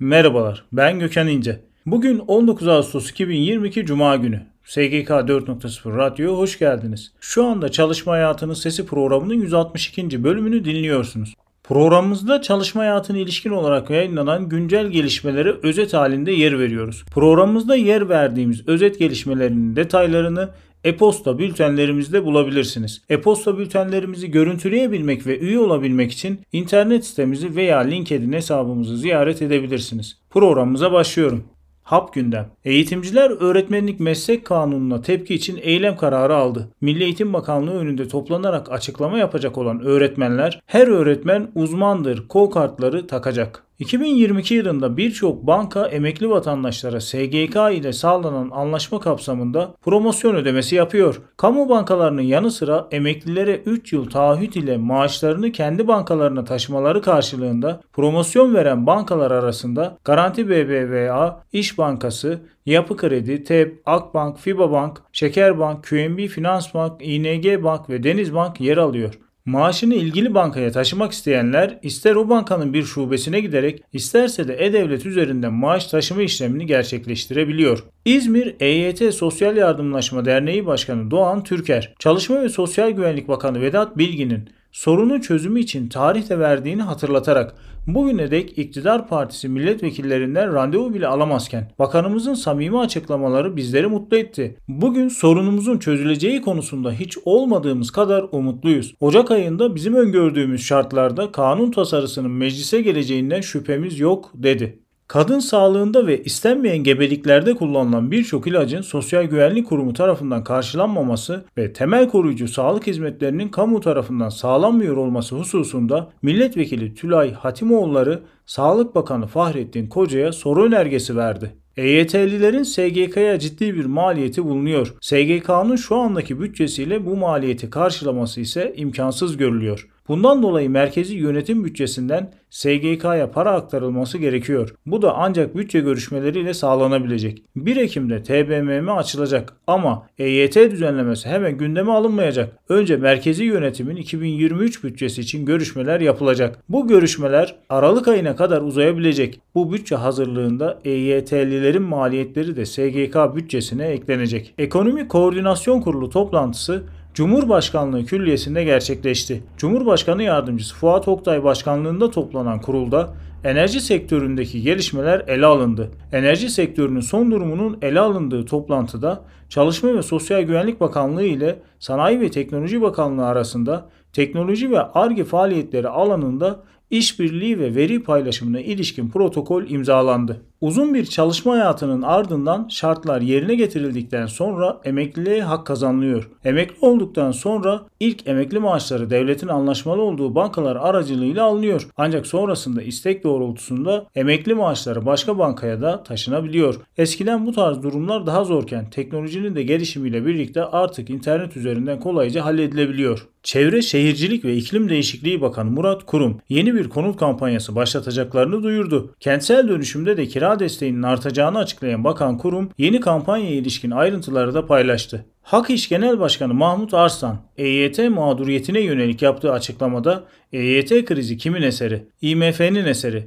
Merhabalar, ben Gökhan İnce. Bugün 19 Ağustos 2022 Cuma günü. SGK 4.0 Radyo'ya hoş geldiniz. Şu anda Çalışma Hayatının Sesi programının 162. bölümünü dinliyorsunuz. Programımızda çalışma hayatına ilişkin olarak yayınlanan güncel gelişmelere özet halinde yer veriyoruz. Programımızda yer verdiğimiz özet gelişmelerinin detaylarını e-posta bültenlerimizde bulabilirsiniz. E-posta bültenlerimizi görüntüleyebilmek ve üye olabilmek için internet sitemizi veya LinkedIn hesabımızı ziyaret edebilirsiniz. Programımıza başlıyorum. Hap gündem. Eğitimciler öğretmenlik meslek kanununa tepki için eylem kararı aldı. Milli Eğitim Bakanlığı önünde toplanarak açıklama yapacak olan öğretmenler, her öğretmen uzmandır kol kartları takacak. 2022 yılında birçok banka emekli vatandaşlara SGK ile sağlanan anlaşma kapsamında promosyon ödemesi yapıyor. Kamu bankalarının yanı sıra emeklilere 3 yıl taahhüt ile maaşlarını kendi bankalarına taşımaları karşılığında promosyon veren bankalar arasında Garanti BBVA, İş Bankası, Yapı Kredi, TEB, Akbank, FİBAbank, Şekerbank, QNB Finansbank, ING Bank ve Denizbank yer alıyor. Maaşını ilgili bankaya taşımak isteyenler ister o bankanın bir şubesine giderek isterse de E-Devlet üzerinden maaş taşıma işlemini gerçekleştirebiliyor. İzmir EYT Sosyal Yardımlaşma Derneği Başkanı Doğan Türker, Çalışma ve Sosyal Güvenlik Bakanı Vedat Bilgin'in sorunun çözümü için tarih de verdiğini hatırlatarak bugüne dek iktidar partisi milletvekillerinden randevu bile alamazken bakanımızın samimi açıklamaları bizleri mutlu etti. Bugün sorunumuzun çözüleceği konusunda hiç olmadığımız kadar umutluyuz. Ocak ayında bizim öngördüğümüz şartlarda kanun tasarısının meclise geleceğinden şüphemiz yok dedi. Kadın sağlığında ve istenmeyen gebeliklerde kullanılan birçok ilacın Sosyal Güvenlik Kurumu tarafından karşılanmaması ve temel koruyucu sağlık hizmetlerinin kamu tarafından sağlanmıyor olması hususunda Milletvekili Tülay Hatimoğulları Sağlık Bakanı Fahrettin Koca'ya soru önergesi verdi. EYT'lilerin SGK'ya ciddi bir maliyeti bulunuyor. SGK'nın şu andaki bütçesiyle bu maliyeti karşılaması ise imkansız görülüyor. Bundan dolayı merkezi yönetim bütçesinden SGK'ya para aktarılması gerekiyor. Bu da ancak bütçe görüşmeleriyle sağlanabilecek. 1 Ekim'de TBMM açılacak ama EYT düzenlemesi hemen gündeme alınmayacak. Önce merkezi yönetimin 2023 bütçesi için görüşmeler yapılacak. Bu görüşmeler Aralık ayına kadar uzayabilecek. Bu bütçe hazırlığında EYT'lilerin maliyetleri de SGK bütçesine eklenecek. Ekonomi Koordinasyon Kurulu toplantısı Cumhurbaşkanlığı Külliyesi'nde gerçekleşti. Cumhurbaşkanı Yardımcısı Fuat Oktay başkanlığında toplanan kurulda enerji sektöründeki gelişmeler ele alındı. Enerji sektörünün son durumunun ele alındığı toplantıda Çalışma ve Sosyal Güvenlik Bakanlığı ile Sanayi ve Teknoloji Bakanlığı arasında teknoloji ve Ar-Ge faaliyetleri alanında işbirliği ve veri paylaşımına ilişkin protokol imzalandı. Uzun bir çalışma hayatının ardından şartlar yerine getirildikten sonra emekliliğe hak kazanılıyor. Emekli olduktan sonra ilk emekli maaşları devletin anlaşmalı olduğu bankalar aracılığıyla alınıyor. Ancak sonrasında istek doğrultusunda emekli maaşları başka bankaya da taşınabiliyor. Eskiden bu tarz durumlar daha zorken teknolojinin de gelişimiyle birlikte artık internet üzerinden kolayca halledilebiliyor. Çevre, Şehircilik ve İklim Değişikliği Bakanı Murat Kurum yeni bir konut kampanyası başlatacaklarını duyurdu. Kentsel dönüşümde de kira desteğinin artacağını açıklayan Bakan Kurum yeni kampanyaya ilişkin ayrıntıları da paylaştı. Hak İş Genel Başkanı Mahmut Arslan, EYT mağduriyetine yönelik yaptığı açıklamada EYT krizi kimin eseri? IMF'nin eseri.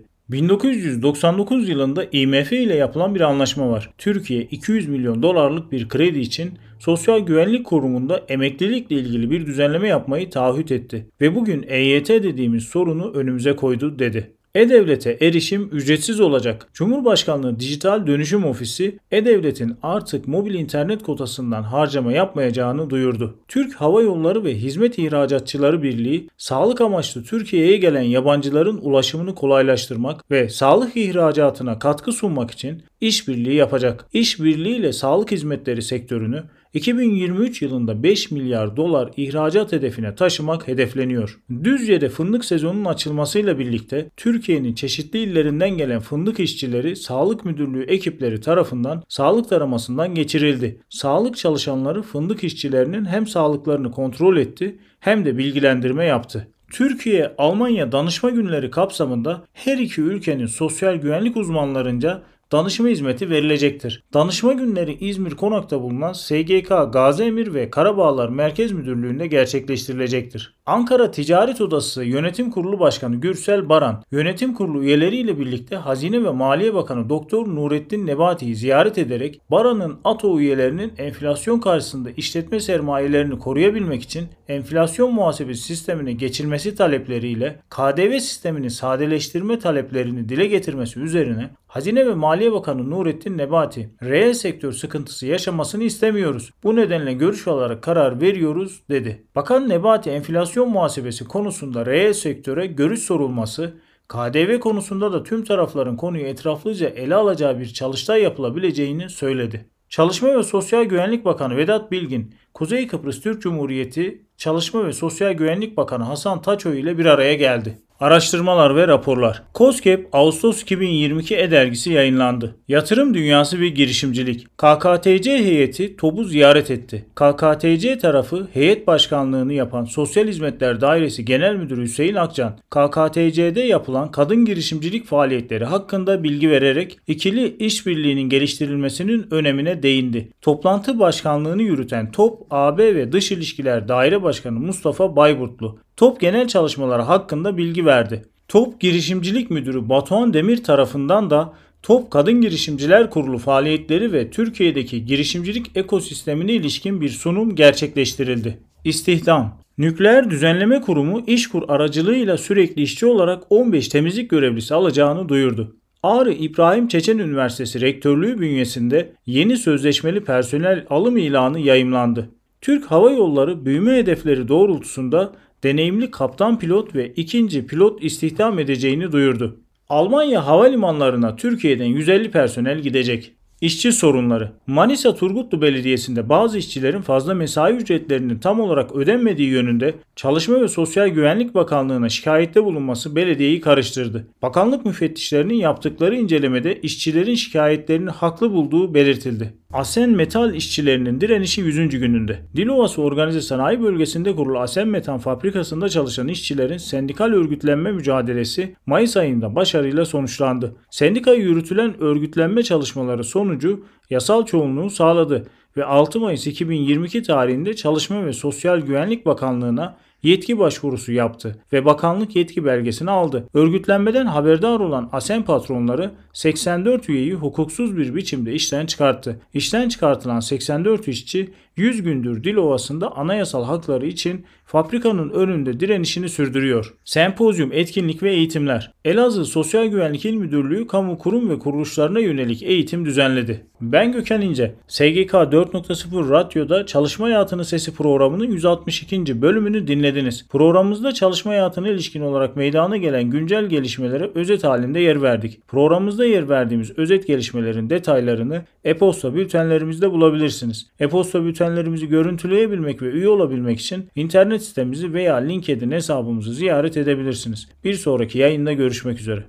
1999 yılında IMF ile yapılan bir anlaşma var. Türkiye 200 milyon dolarlık bir kredi için Sosyal Güvenlik Kurumu'nda emeklilikle ilgili bir düzenleme yapmayı taahhüt etti ve bugün EYT dediğimiz sorunu önümüze koydu dedi. E-Devlet'e erişim ücretsiz olacak. Cumhurbaşkanlığı Dijital Dönüşüm Ofisi, E-Devlet'in artık mobil internet kotasından harcama yapmayacağını duyurdu. Türk Hava Yolları ve Hizmet İhracatçıları Birliği, sağlık amaçlı Türkiye'ye gelen yabancıların ulaşımını kolaylaştırmak ve sağlık ihracatına katkı sunmak için işbirliği yapacak. İşbirliğiyle sağlık hizmetleri sektörünü 2023 yılında 5 milyar dolar ihracat hedefine taşımak hedefleniyor. Düzce'de fındık sezonunun açılmasıyla birlikte Türkiye'nin çeşitli illerinden gelen fındık işçileri Sağlık Müdürlüğü ekipleri tarafından sağlık taramasından geçirildi. Sağlık çalışanları fındık işçilerinin hem sağlıklarını kontrol etti hem de bilgilendirme yaptı. Türkiye-Almanya Danışma Günleri kapsamında her iki ülkenin sosyal güvenlik uzmanlarınca danışma hizmeti verilecektir. Danışma günleri İzmir Konak'ta bulunan SGK Gaziemir ve Karabağlar Merkez Müdürlüğü'nde gerçekleştirilecektir. Ankara Ticaret Odası Yönetim Kurulu Başkanı Gürsel Baran, yönetim kurulu üyeleriyle birlikte Hazine ve Maliye Bakanı Doktor Nurettin Nebati'yi ziyaret ederek Baran'ın ATO üyelerinin enflasyon karşısında işletme sermayelerini koruyabilmek için enflasyon muhasebesi sistemine geçilmesi talepleriyle KDV sistemini sadeleştirme taleplerini dile getirmesi üzerine Hazine ve Maliye Bakanı Nurettin Nebati, reel sektör sıkıntısı yaşamasını istemiyoruz. Bu nedenle görüş alarak karar veriyoruz dedi. Bakan Nebati enflasyon muhasebesi konusunda reel sektöre görüş sorulması, KDV konusunda da tüm tarafların konuyu etraflıca ele alacağı bir çalıştay yapılabileceğini söyledi. Çalışma ve Sosyal Güvenlik Bakanı Vedat Bilgin, Kuzey Kıbrıs Türk Cumhuriyeti Çalışma ve Sosyal Güvenlik Bakanı Hasan Taçoy ile bir araya geldi. Araştırmalar ve raporlar. KOSGEB Ağustos 2022 e-dergisi yayınlandı. Yatırım dünyası ve girişimcilik. KKTC heyeti TOB'u ziyaret etti. KKTC tarafı heyet başkanlığını yapan Sosyal Hizmetler Dairesi Genel Müdürü Hüseyin Akcan, KKTC'de yapılan kadın girişimcilik faaliyetleri hakkında bilgi vererek ikili işbirliğinin geliştirilmesinin önemine değindi. Toplantı başkanlığını yürüten TOB, AB ve Dış İlişkiler Daire Başkanı Mustafa Bayburtlu, TOB genel çalışmaları hakkında bilgi verdi. TOB Girişimcilik Müdürü Batuhan Demir tarafından da TOB Kadın Girişimciler Kurulu faaliyetleri ve Türkiye'deki girişimcilik ekosistemine ilişkin bir sunum gerçekleştirildi. İstihdam. Nükleer Düzenleme Kurumu İşkur aracılığıyla sürekli işçi olarak 15 temizlik görevlisi alacağını duyurdu. Ağrı İbrahim Çeçen Üniversitesi Rektörlüğü bünyesinde yeni sözleşmeli personel alım ilanı yayımlandı. Türk Hava Yolları büyüme hedefleri doğrultusunda deneyimli kaptan pilot ve ikinci pilot istihdam edeceğini duyurdu. Almanya havalimanlarına Türkiye'den 150 personel gidecek. İşçi sorunları. Manisa Turgutlu Belediyesi'nde bazı işçilerin fazla mesai ücretlerinin tam olarak ödenmediği yönünde Çalışma ve Sosyal Güvenlik Bakanlığı'na şikayette bulunması belediyeyi karıştırdı. Bakanlık müfettişlerinin yaptıkları incelemede işçilerin şikayetlerini haklı bulduğu belirtildi. Asen Metal işçilerinin direnişi 100. gününde. Dilovası Organize Sanayi Bölgesi'nde kurulu Asen Metal fabrikasında çalışan işçilerin sendikal örgütlenme mücadelesi Mayıs ayında başarıyla sonuçlandı. Sendikaya yürütülen örgütlenme çalışmaları sonucu yasal çoğunluğu sağladı ve 6 Mayıs 2022 tarihinde Çalışma ve Sosyal Güvenlik Bakanlığı'na yetki başvurusu yaptı ve bakanlık yetki belgesini aldı. Örgütlenmeden haberdar olan Asen patronları 84 üyeyi hukuksuz bir biçimde işten çıkarttı. İşten çıkartılan 84 işçi 100 gündür Dilovası'nda anayasal hakları için fabrikanın önünde direnişini sürdürüyor. Sempozyum, etkinlik ve eğitimler. Elazığ Sosyal Güvenlik İl Müdürlüğü kamu kurum ve kuruluşlarına yönelik eğitim düzenledi. Ben Gökhan İnce. SGK 4.0 Radyo'da Çalışma Hayatının Sesi programının 162. bölümünü dinlediniz. Programımızda çalışma hayatına ilişkin olarak meydana gelen güncel gelişmelere özet halinde yer verdik. Programımızda yer verdiğimiz özet gelişmelerin detaylarını e-posta bültenlerimizde bulabilirsiniz. E-posta bültenlerimizi görüntüleyebilmek ve üye olabilmek için internet sitemizi veya LinkedIn hesabımızı ziyaret edebilirsiniz. Bir sonraki yayında görüşmek üzere.